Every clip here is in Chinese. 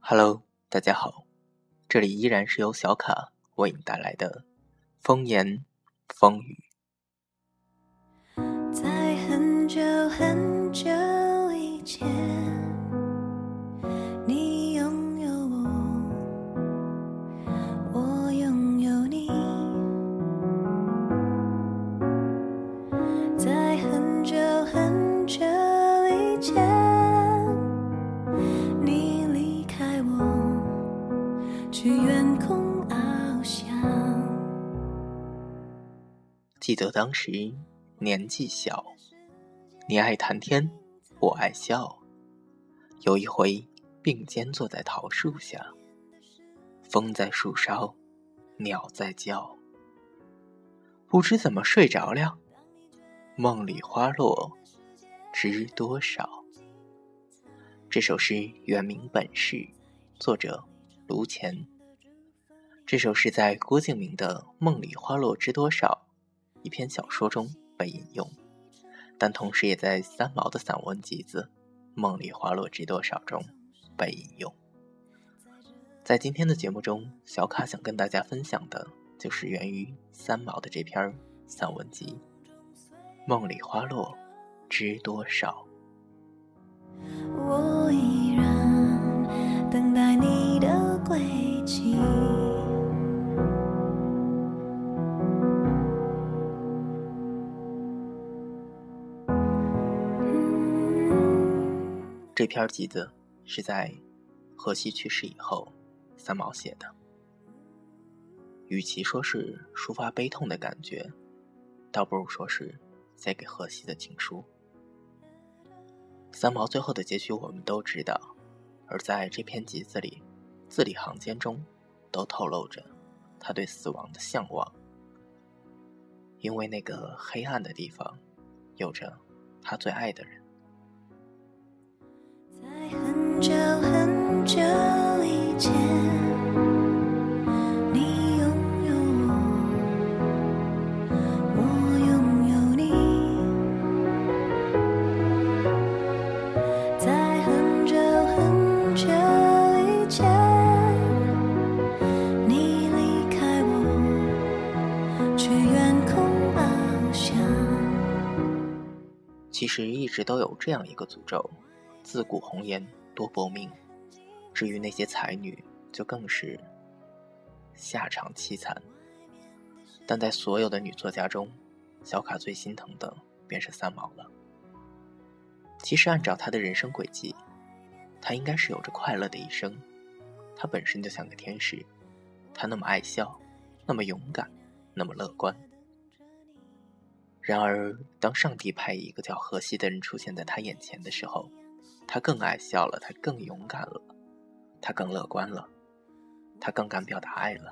Hello， 大家好，这里依然是由小卡为你带来的风言风语。 在很久很久以前，你拥有我，我拥有你。在很久很久以前，你离开我，去远空翱翔。 记得当时年纪小，你爱谈天，我爱笑。有一回并肩坐在桃树下，风在树梢，鸟在叫。不知怎么睡着了，梦里花落知多少。这首诗原名本事，作者卢乾。这首诗在郭敬明的《梦里花落知多少》一篇小说中被引用，但同时也在三毛的散文集子《梦里花落知多少》中被引用。在今天的节目中，小卡想跟大家分享的就是源于三毛的这篇散文集《梦里花落知多少》。 我依然等待你的归期。 这篇集子是在荷西去世以后三毛写的，与其说是抒发悲痛的感觉，倒不如说是写给荷西的情书。三毛最后的结局我们都知道，而在这篇集子里，字里行间中都透露着他对死亡的向往，因为那个黑暗的地方有着他最爱的人。 在很久很久以前，你拥有我，我拥有你。在很久很久以前，你离开我，去远空翱翔。 其实一直都有这样一个诅咒，自古红颜多薄命，至于那些才女就更是下场凄惨。但在所有的女作家中，小卡最心疼的便是三毛了。其实按照她的人生轨迹，她应该是有着快乐的一生，她本身就像个天使，她那么爱笑，那么勇敢，那么乐观。然而当上帝派一个叫荷西的人出现在她眼前的时候，他更爱笑了，他更勇敢了，他更乐观了，他更敢表达爱了。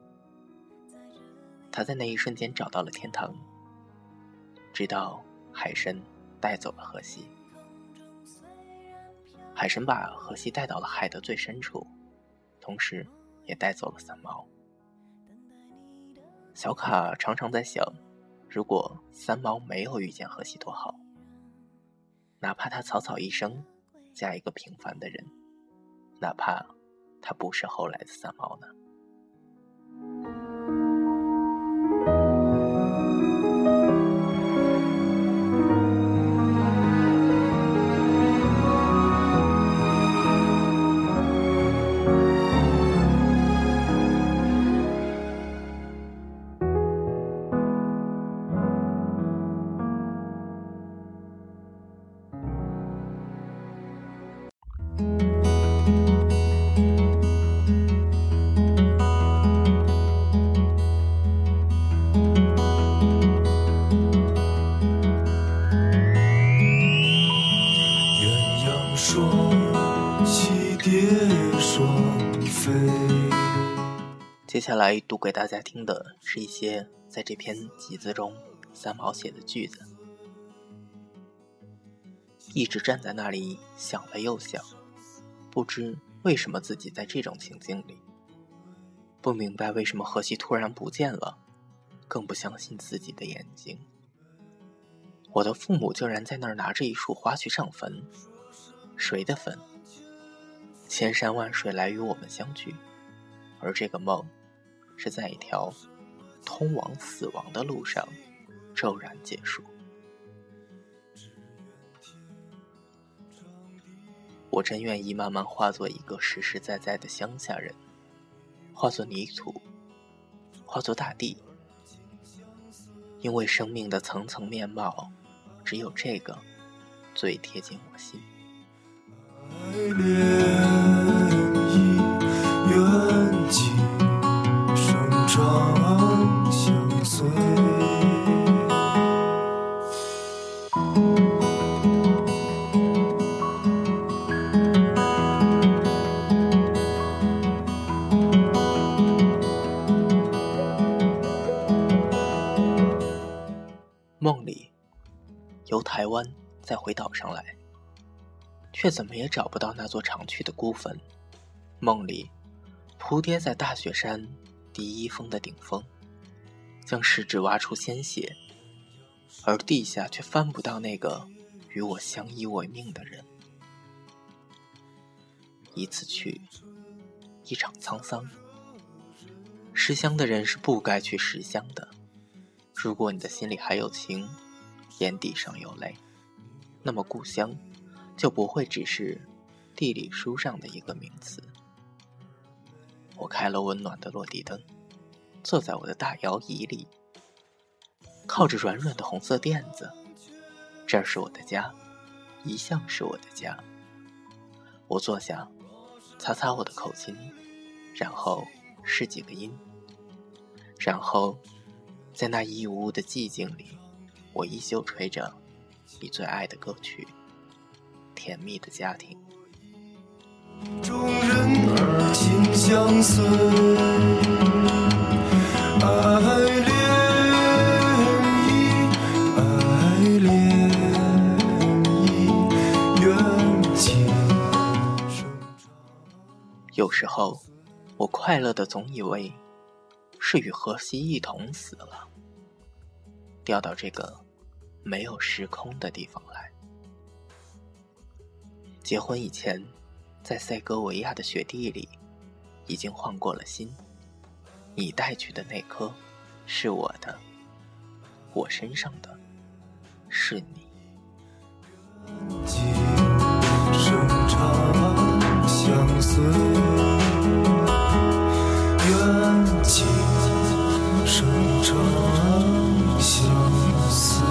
他在那一瞬间找到了天堂，直到海神带走了荷西。海神把荷西带到了海的最深处，同时也带走了三毛。小卡常常在想，如果三毛没有遇见荷西多好，哪怕他草草一生嫁一个平凡的人，哪怕他不是后来的三毛呢？接下来读给大家听的是一些在这篇集子中三毛写的句子。一直站在那里想了又想，不知为什么自己在这种情境里，不明白为什么荷西突然不见了，更不相信自己的眼睛。我的父母竟然在那儿拿着一束花去上坟，谁的坟？ 千山万水来与我们相聚，而这个梦是在一条通往死亡的路上骤然结束。我真愿意慢慢化作一个实实在在的乡下人，化作泥土，化作大地，因为生命的层层面貌，只有这个最贴近我心。 爱恋意远近，生长相随。 梦里由台湾再回岛上来，却怎么也找不到那座常去的孤坟。梦里铺跌在大雪山第一峰的顶峰，将食指挖出鲜血，而地下却翻不到那个与我相依为命的人。一次去，一场沧桑。识乡的人是不该去识乡的。如果你的心里还有情，眼底上有泪，那么故乡就不会只是地理书上的一个名词。我开了温暖的落地灯，坐在我的大摇椅里，靠着软软的红色垫子。这儿是我的家，一向是我的家。我坐下，擦擦我的口琴，然后试几个音，然后在那一无的寂静里，我依旧吹着你最爱的歌曲，甜蜜的家庭。 众人儿情相随，爱恋意远近。 有时候我快乐的总以为是与荷西一同死了，掉到这个没有时空的地方来。结婚以前，在塞戈维亚的雪地里已经换过了心，你带去的那颗是我的，我身上的是你。 生长相随，远近生长相随。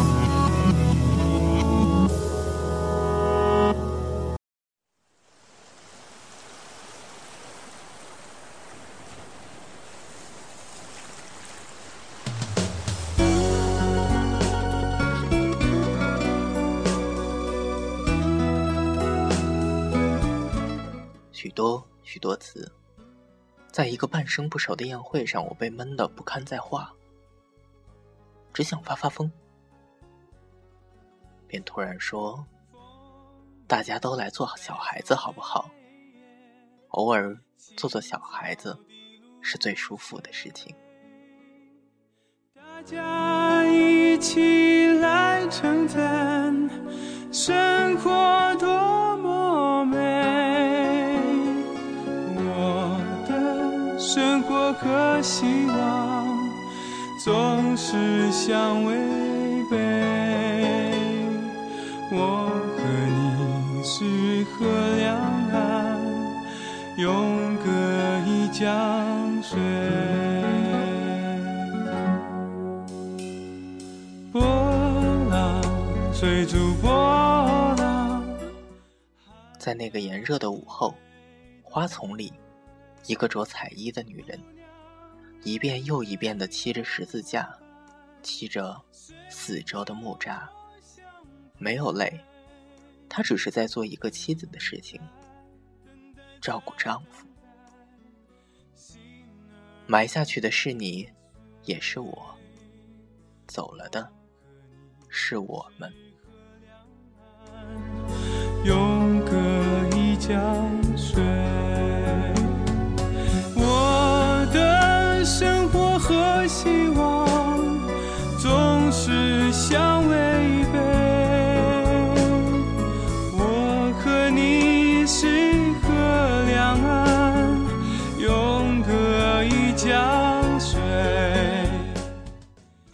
许多次，在一个半生不熟的宴会上，我被闷得不堪再话，只想发发疯，便突然说：大家都来做小孩子好不好？偶尔做做小孩子是最舒服的事情。 大家一起来称赞生活多么美，我的生活和希望总是相违背，我和你是河两岸，永隔一江水。波浪追逐波浪。 在那个炎热的午后，花丛里，一个着彩衣的女人，一遍又一遍地漆着十字架，漆着4周的木栅。没有泪，她只是在做一个妻子的事情，照顾丈夫。埋下去的是你，也是我，走了的是我们。 永隔一江水，我的生活和希望总是相违背，我和你是河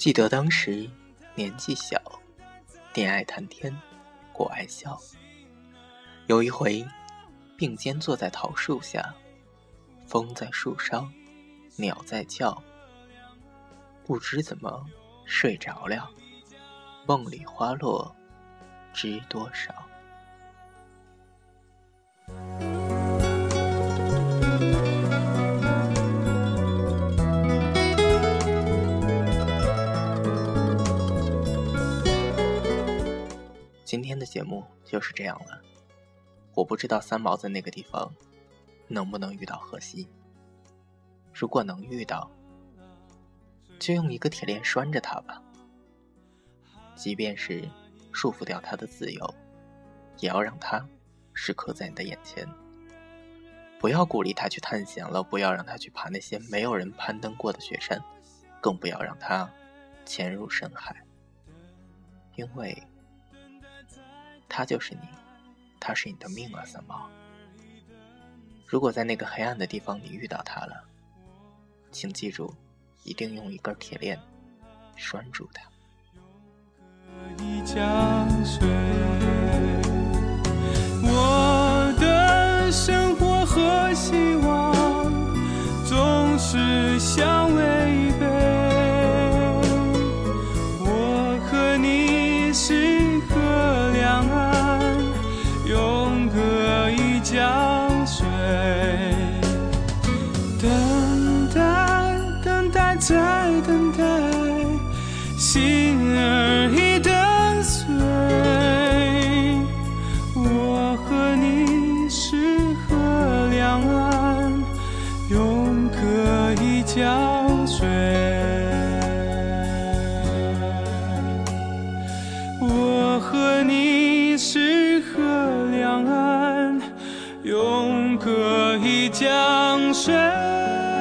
记得当时年纪小，你爱谈天，我爱笑。有一回并肩坐在桃树下，风在树梢，鸟在叫，不知怎么睡着了，梦里花落知多少。今天的节目就是这样了，我不知道三毛在那个地方能不能遇到荷西。如果能遇到，就用一个铁链拴着他吧，即便是束缚掉他的自由，也要让他时刻在你的眼前。不要鼓励他去探险了，不要让他去爬那些没有人攀登过的雪山，更不要让他潜入深海，因为他就是你，他是你的命啊，三毛。如果在那个黑暗的地方你遇到他了，请记住，一定用一根铁链拴住他。 我的生活和希望总是相违背，我和你是河两岸，永隔一江水，等待等待再等待，心儿已跟随，我和你是河两岸，永隔一江水，我和你是河两岸，永隔一江水。